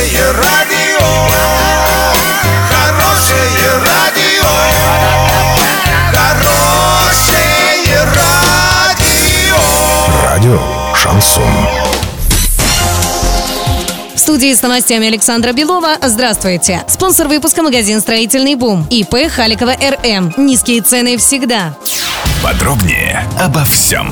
Хорошее радио, хорошее радио, хорошее радио. Радио «Шансон». В студии с новостями Александра Белова. Здравствуйте. Спонсор выпуска — магазин «Строительный бум». ИП Халикова РМ. Низкие цены всегда. Подробнее обо всем.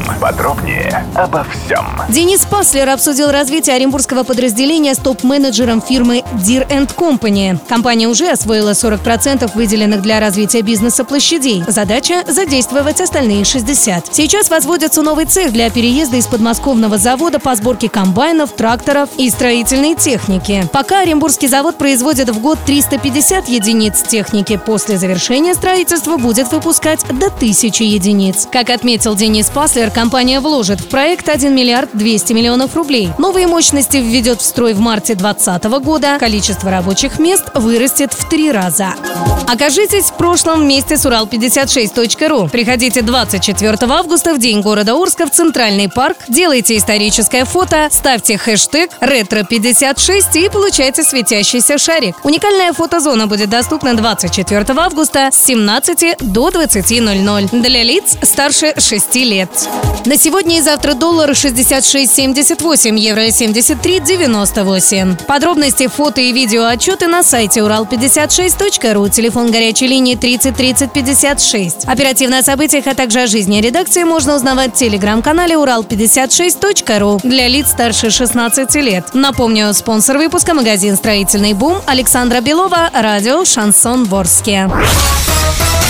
Денис Паслер обсудил развитие оренбургского подразделения с топ-менеджером фирмы Deere & Company. Компания уже освоила 40% выделенных для развития бизнеса площадей. Задача — задействовать остальные 60%. Сейчас возводится новый цех для переезда из подмосковного завода по сборке комбайнов, тракторов и строительной техники. Пока Оренбургский завод производит в год 350 единиц техники. После завершения строительства будет выпускать до 1000 единиц. Как отметил Денис Паслер, компания вложит в проект 1 миллиард 200 миллионов рублей. Новые мощности введет в строй в марте 2020 года. Количество рабочих мест вырастет в 3 раза. Окажитесь в прошлом вместе с Урал56.ру. Приходите 24 августа в День города Орска в Центральный парк, делайте историческое фото, ставьте хэштег «Ретро56» и получайте светящийся шарик. Уникальная фотозона будет доступна 24 августа с 17 до 20:00 для лиц старше 6 лет. На сегодня и завтра доллар 66.78, евро 73.98. Подробности, фото и видео отчеты на сайте Урал56.ру. Телефон горячей линии 30 30 56. Оперативно о событиях, а также о жизни редакции можно узнавать в телеграм-канале Урал56.ру для лиц старше 16 лет. Напомню, спонсор выпуска — магазин «Строительный бум». Александра Белова, радио «Шансон» в Орске.